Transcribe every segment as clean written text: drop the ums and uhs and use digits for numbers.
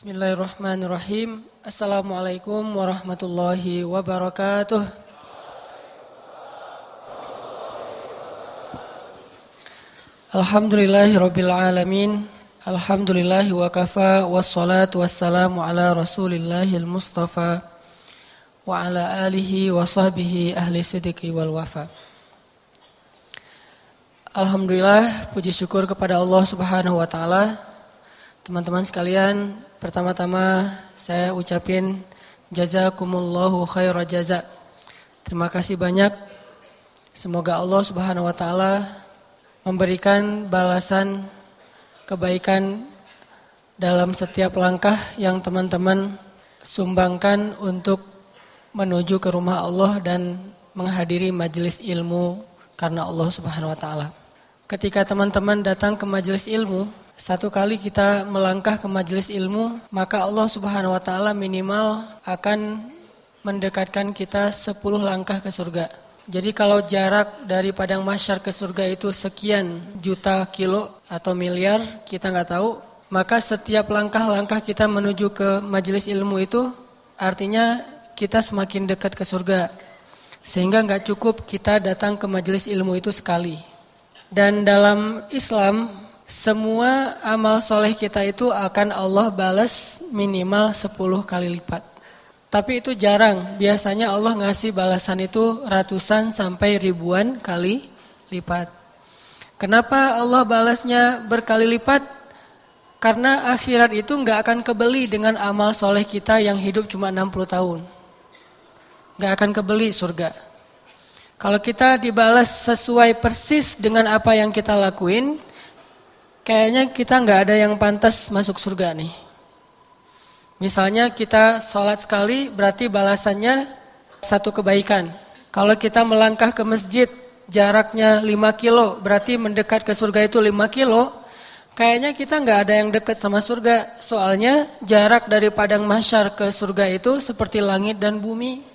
Bismillahirrahmanirrahim. Assalamualaikum warahmatullahi wabarakatuh. Alhamdulillahirabbil alamin. Alhamdulillahi wa kafa wassalatu wassalamu ala Rasulillahil Mustafa wa ala alihi wa sahbihi ahli sidqi wal wafa. Alhamdulillah, puji syukur kepada Allah Subhanahu wa taala. Teman-teman sekalian, pertama-tama saya ucapin jazakumullahu khairal jaza. Terima kasih banyak. Semoga Allah Subhanahu wa taala memberikan balasan kebaikan dalam setiap langkah yang teman-teman sumbangkan untuk menuju ke rumah Allah dan menghadiri majelis ilmu karena Allah Subhanahu wa taala. Ketika teman-teman datang ke majelis ilmu, satu kali kita melangkah ke majelis ilmu, maka Allah Subhanahu wa taala minimal akan mendekatkan kita 10 langkah ke surga. Jadi kalau jarak dari padang mahsyar ke surga itu sekian juta kilo atau miliar, kita nggak tahu, maka setiap langkah-langkah kita menuju ke majelis ilmu itu artinya kita semakin dekat ke surga. Sehingga nggak cukup kita datang ke majelis ilmu itu sekali. Dan dalam Islam, semua amal soleh kita itu akan Allah balas minimal 10 kali lipat. Tapi itu jarang, biasanya Allah ngasih balasan itu ratusan sampai ribuan kali lipat. Kenapa Allah balasnya berkali lipat? Karena akhirat itu gak akan kebeli dengan amal soleh kita yang hidup cuma 60 tahun. Gak akan kebeli surga. Kalau kita dibalas sesuai persis dengan apa yang kita lakuin, kayaknya kita nggak ada yang pantas masuk surga nih. Misalnya kita sholat sekali berarti balasannya satu kebaikan. Kalau kita melangkah ke masjid jaraknya 5 kilo berarti mendekat ke surga itu 5 kilo. Kayaknya kita nggak ada yang dekat sama surga. Soalnya jarak dari padang mahsyar ke surga itu seperti langit dan bumi.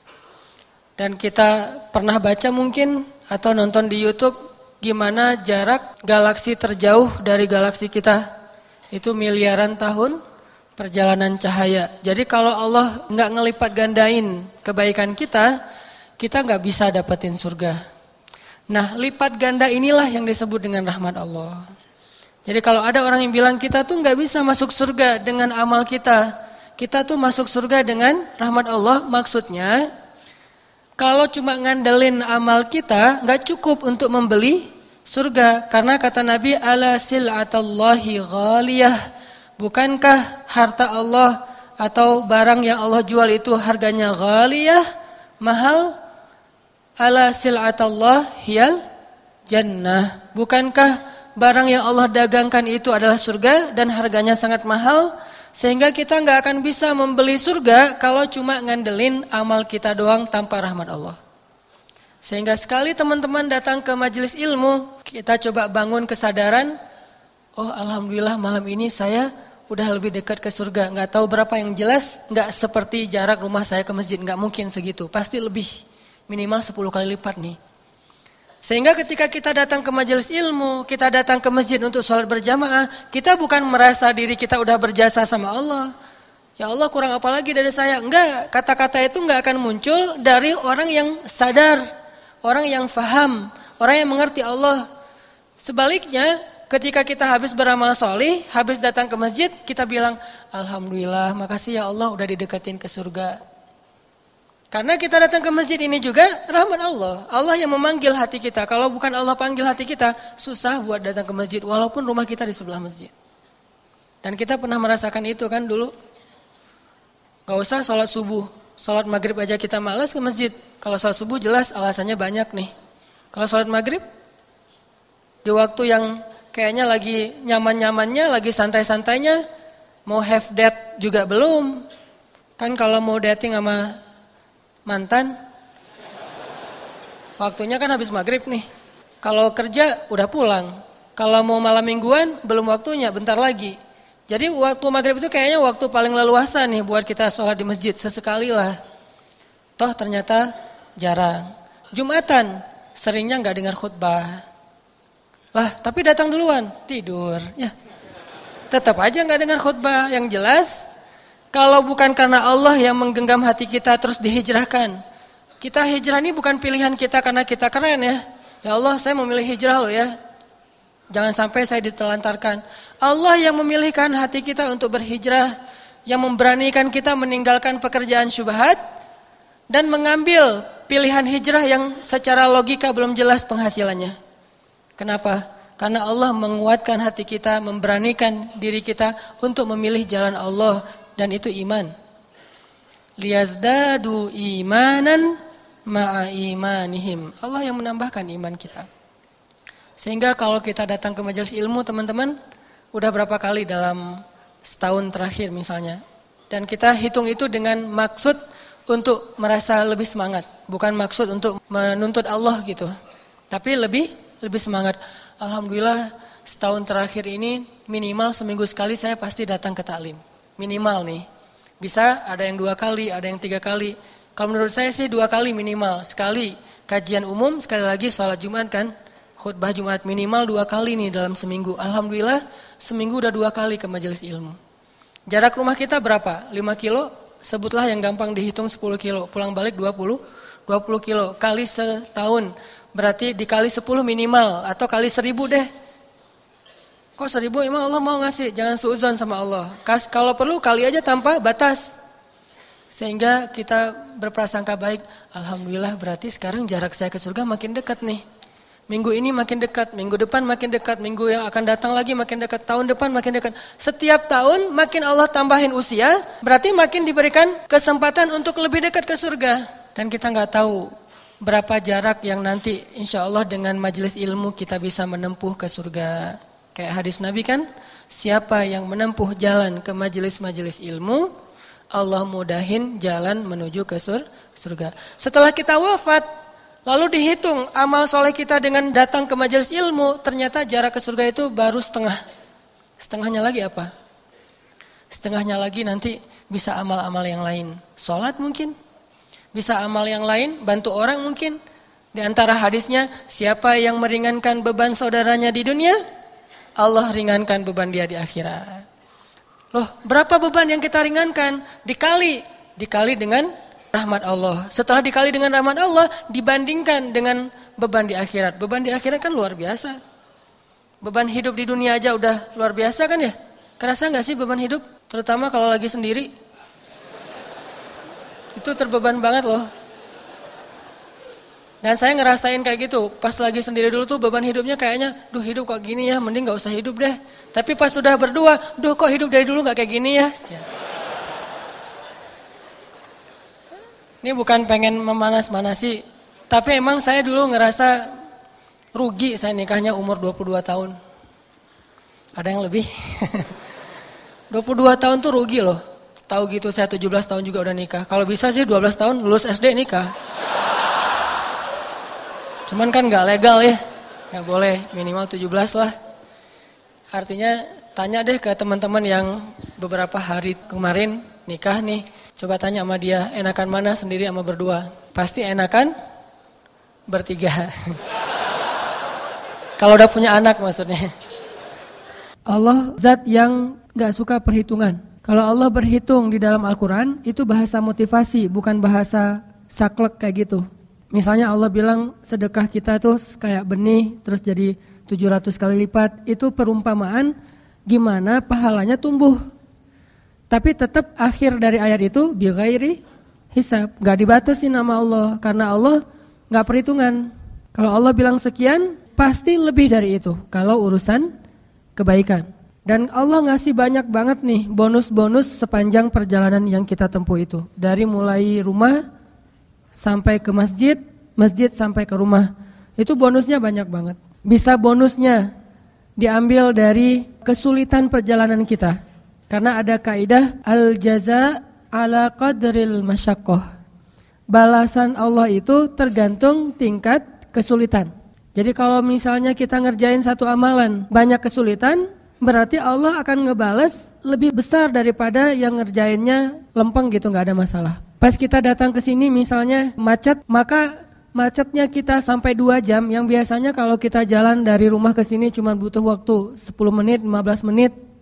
Dan kita pernah baca mungkin atau nonton di YouTube gimana jarak galaksi terjauh dari galaksi kita. Itu miliaran tahun perjalanan cahaya. Jadi kalau Allah nggak ngelipat gandain kebaikan kita nggak bisa dapetin surga. Nah, lipat ganda inilah yang disebut dengan rahmat Allah. Jadi kalau ada orang yang bilang kita tuh nggak bisa masuk surga dengan amal kita tuh masuk surga dengan rahmat Allah, maksudnya kalau cuma ngandelin amal kita nggak cukup untuk membeli surga. Karena kata Nabi, ala sil'atallahi ghaliyah. Bukankah harta Allah atau barang yang Allah jual itu harganya ghaliyah, mahal? Ala sil'atallah hiyal jannah. Bukankah barang yang Allah dagangkan itu adalah surga dan harganya sangat mahal? Sehingga kita nggak akan bisa membeli surga kalau cuma ngandelin amal kita doang tanpa rahmat Allah. Sehingga sekali teman-teman datang ke majelis ilmu, kita coba bangun kesadaran, oh alhamdulillah malam ini saya udah lebih dekat ke surga. Nggak tahu berapa yang jelas, nggak seperti jarak rumah saya ke masjid, nggak mungkin segitu. Pasti lebih, minimal 10 kali lipat nih. Sehingga ketika kita datang ke majelis ilmu, kita datang ke masjid untuk sholat berjamaah, kita bukan merasa diri kita udah berjasa sama Allah. Ya Allah kurang apa lagi dari saya? Enggak, kata-kata itu enggak akan muncul dari orang yang sadar, orang yang faham, orang yang mengerti Allah. Sebaliknya, ketika kita habis beramal solih, habis datang ke masjid, kita bilang, alhamdulillah, makasih ya Allah udah didekatin ke surga. Karena kita datang ke masjid ini juga rahmat Allah. Allah yang memanggil hati kita. Kalau bukan Allah panggil hati kita, susah buat datang ke masjid walaupun rumah kita di sebelah masjid. Dan kita pernah merasakan itu kan dulu. Gak usah sholat subuh, sholat maghrib aja kita malas ke masjid. Kalau sholat subuh jelas alasannya banyak nih. Kalau sholat maghrib, di waktu yang kayaknya lagi nyaman-nyamannya, lagi santai-santainya, mau have date juga belum. Kan kalau mau dating sama mantan, waktunya kan habis maghrib nih. Kalau kerja udah pulang. Kalau mau malam mingguan belum waktunya, bentar lagi. Jadi waktu maghrib itu kayaknya waktu paling leluasa nih buat kita sholat di masjid. Sesekali lah. Toh ternyata jarang. Jumatan seringnya gak dengar khutbah. Lah tapi datang duluan, tidur. Ya. Tetap aja nggak dengar khutbah. Yang jelas, kalau bukan karena Allah yang menggenggam hati kita terus dihijrahkan. Kita hijrah ini bukan pilihan kita karena kita keren ya. Ya Allah, saya memilih hijrah loh ya. Jangan sampai saya ditelantarkan. Allah yang memilihkan hati kita untuk berhijrah, yang memberanikan kita meninggalkan pekerjaan syubhat dan mengambil pilihan hijrah yang secara logika belum jelas penghasilannya. Kenapa? Karena Allah menguatkan hati kita, memberanikan diri kita untuk memilih jalan Allah, dan itu iman. Liyazdadu imanan ma'a imanihim. Allah yang menambahkan iman kita. Sehingga kalau kita datang ke majelis ilmu, teman-teman, udah berapa kali dalam setahun terakhir misalnya. Dan kita hitung itu dengan maksud untuk merasa lebih semangat, bukan maksud untuk menuntut Allah gitu. Tapi lebih semangat. Alhamdulillah setahun terakhir ini minimal seminggu sekali saya pasti datang ke taklim. Minimal nih. Bisa ada yang 2 kali, ada yang 3 kali. Kalau menurut saya sih 2 kali minimal. Sekali kajian umum, sekali lagi sholat Jumat kan. Khutbah Jumat minimal 2 kali nih dalam seminggu. Alhamdulillah seminggu udah 2 kali ke majelis ilmu. Jarak rumah kita berapa? 5 kilo? Sebutlah yang gampang dihitung 10 kilo. Pulang balik 20 kilo. Kali setahun. Berarti dikali 10 minimal atau kali 1000 deh. Kok 1000 emang Allah mau ngasih? Jangan suudzon sama Allah. Kalau perlu kali aja tanpa batas. Sehingga kita berprasangka baik. Alhamdulillah berarti sekarang jarak saya ke surga makin dekat nih. Minggu ini makin dekat, minggu depan makin dekat, minggu yang akan datang lagi makin dekat, tahun depan makin dekat. Setiap tahun makin Allah tambahin usia, berarti makin diberikan kesempatan untuk lebih dekat ke surga. Dan kita nggak tahu berapa jarak yang nanti insya Allah dengan majelis ilmu kita bisa menempuh ke surga. Kayak hadis Nabi kan, siapa yang menempuh jalan ke majelis-majelis ilmu, Allah mudahin jalan menuju ke surga. Setelah kita wafat, lalu dihitung amal soleh kita dengan datang ke majelis ilmu, ternyata jarak ke surga itu baru setengah. Setengahnya lagi apa? Setengahnya lagi nanti bisa amal-amal yang lain. Sholat mungkin. Bisa amal yang lain, bantu orang mungkin. Di antara hadisnya, siapa yang meringankan beban saudaranya di dunia, Allah ringankan beban dia di akhirat. Loh, berapa beban yang kita ringankan? Dikali dengan rahmat Allah. Setelah dikali dengan rahmat Allah, dibandingkan dengan beban di akhirat. Beban di akhirat kan luar biasa. Beban hidup di dunia aja udah luar biasa kan ya? Kerasa gak sih beban hidup? Terutama kalau lagi sendiri. Itu terbeban banget loh. Dan saya ngerasain kayak gitu. Pas lagi sendiri dulu tuh beban hidupnya kayaknya, duh hidup kok gini ya, mending gak usah hidup deh. Tapi pas sudah berdua, duh kok hidup dari dulu gak kayak gini ya. Ini bukan pengen memanas-manasi, tapi emang saya dulu ngerasa rugi saya nikahnya umur 22 tahun. Ada yang lebih? 22 tahun tuh rugi loh. Tahu gitu saya 17 tahun juga udah nikah. Kalau bisa sih 12 tahun lulus SD nikah. Cuman kan gak legal ya. Gak boleh, minimal 17 lah. Artinya tanya deh ke teman-teman yang beberapa hari kemarin nikah nih. Coba tanya sama dia, enakan mana sendiri sama berdua? Pasti enakan bertiga. Kalau udah punya anak maksudnya. Allah zat yang gak suka perhitungan. Kalau Allah berhitung di dalam Al-Quran, itu bahasa motivasi, bukan bahasa saklek kayak gitu. Misalnya Allah bilang sedekah kita tuh kayak benih, terus jadi 700 kali lipat. Itu perumpamaan gimana pahalanya tumbuh. Tapi tetap akhir dari ayat itu, bighairi hisab. Gak dibatasi nama Allah, karena Allah gak perhitungan. Kalau Allah bilang sekian, pasti lebih dari itu. Kalau urusan kebaikan. Dan Allah ngasih banyak banget nih bonus-bonus sepanjang perjalanan yang kita tempuh itu. Dari mulai rumah sampai ke masjid, masjid sampai ke rumah. Itu bonusnya banyak banget. Bisa bonusnya diambil dari kesulitan perjalanan kita. Karena ada kaidah al-jaza ala qadril masyaqqah. Balasan Allah itu tergantung tingkat kesulitan. Jadi kalau misalnya kita ngerjain satu amalan banyak kesulitan, berarti Allah akan ngebales lebih besar daripada yang ngerjainnya lempeng gitu, gak ada masalah. Pas kita datang ke sini misalnya macet, maka macetnya kita sampai 2 jam, yang biasanya kalau kita jalan dari rumah ke sini cuma butuh waktu 10 menit, 15 menit,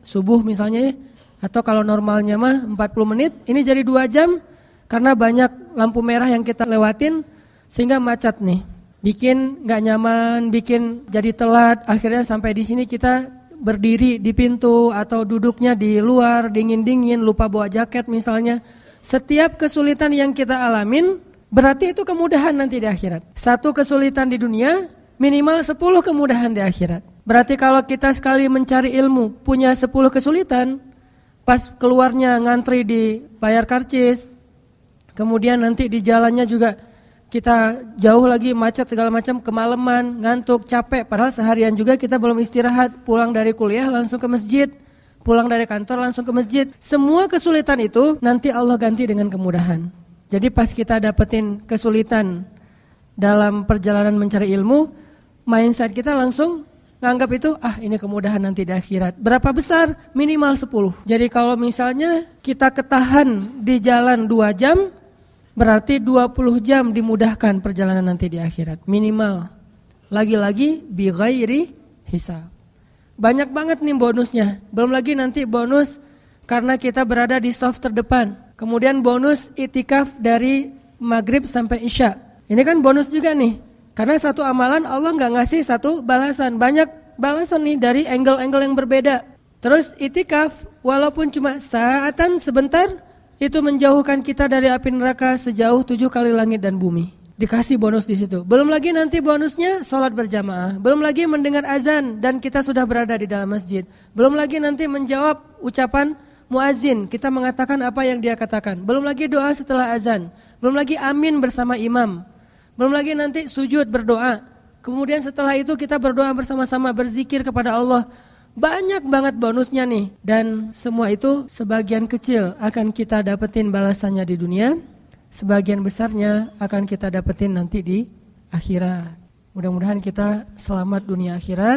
subuh misalnya ya. Atau kalau normalnya mah 40 menit, ini jadi 2 jam karena banyak lampu merah yang kita lewatin sehingga macet nih. Bikin gak nyaman, bikin jadi telat, akhirnya sampai di sini kita berdiri di pintu atau duduknya di luar, dingin-dingin, lupa bawa jaket misalnya. Setiap kesulitan yang kita alamin, berarti itu kemudahan nanti di akhirat. Satu kesulitan di dunia, minimal 10 kemudahan di akhirat. Berarti kalau kita sekali mencari ilmu, punya 10 kesulitan, pas keluarnya ngantri di layar karcis, kemudian nanti di jalannya juga kita jauh lagi macet segala macam, kemalaman, ngantuk, capek. Padahal seharian juga kita belum istirahat, pulang dari kuliah langsung ke masjid, pulang dari kantor langsung ke masjid. Semua kesulitan itu nanti Allah ganti dengan kemudahan. Jadi pas kita dapetin kesulitan dalam perjalanan mencari ilmu, mindset kita langsung nganggap itu, ini kemudahan nanti di akhirat. Berapa besar? Minimal 10. Jadi kalau misalnya kita ketahan di jalan 2 jam, berarti 20 jam dimudahkan perjalanan nanti di akhirat. Minimal. Lagi-lagi bi ghairi hisab. Banyak banget nih bonusnya. Belum lagi nanti bonus karena kita berada di saf terdepan. Kemudian bonus itikaf dari maghrib sampai isya. Ini kan bonus juga nih. Karena satu amalan Allah gak ngasih satu balasan. Banyak balasan nih dari angle-angle yang berbeda. Terus itikaf walaupun cuma saatan sebentar, itu menjauhkan kita dari api neraka sejauh 7 kali langit dan bumi. Dikasih bonus di situ. Belum lagi nanti bonusnya sholat berjamaah. Belum lagi mendengar azan dan kita sudah berada di dalam masjid. Belum lagi nanti menjawab ucapan muazin. Kita mengatakan apa yang dia katakan. Belum lagi doa setelah azan. Belum lagi amin bersama imam. Belum lagi nanti sujud berdoa. Kemudian setelah itu kita berdoa bersama-sama, berzikir kepada Allah. Banyak banget bonusnya nih. Dan semua itu sebagian kecil akan kita dapetin balasannya di dunia. Sebagian besarnya akan kita dapetin nanti di akhirat. Mudah-mudahan kita selamat dunia akhirat.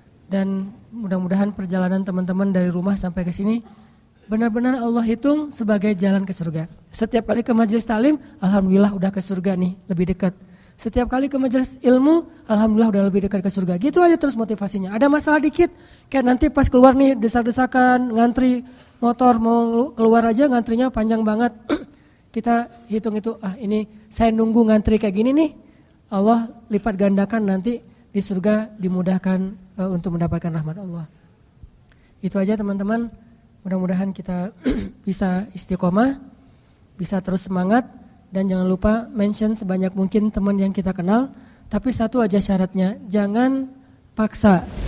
Dan mudah-mudahan perjalanan teman-teman dari rumah sampai ke sini benar-benar Allah hitung sebagai jalan ke surga. Setiap kali ke majelis taklim, alhamdulillah udah ke surga nih, lebih dekat. Setiap kali ke majelis ilmu, alhamdulillah udah lebih dekat ke surga. Gitu aja terus motivasinya. Ada masalah dikit, kayak nanti pas keluar nih desak-desakan, ngantri motor mau keluar aja ngantrinya panjang banget. Kita hitung itu, ini saya nunggu ngantri kayak gini nih, Allah lipat gandakan nanti di surga dimudahkan untuk mendapatkan rahmat Allah. Itu aja teman-teman, mudah-mudahan kita bisa istiqomah, bisa terus semangat. Dan jangan lupa mention sebanyak mungkin teman yang kita kenal. Tapi satu aja syaratnya, jangan paksa.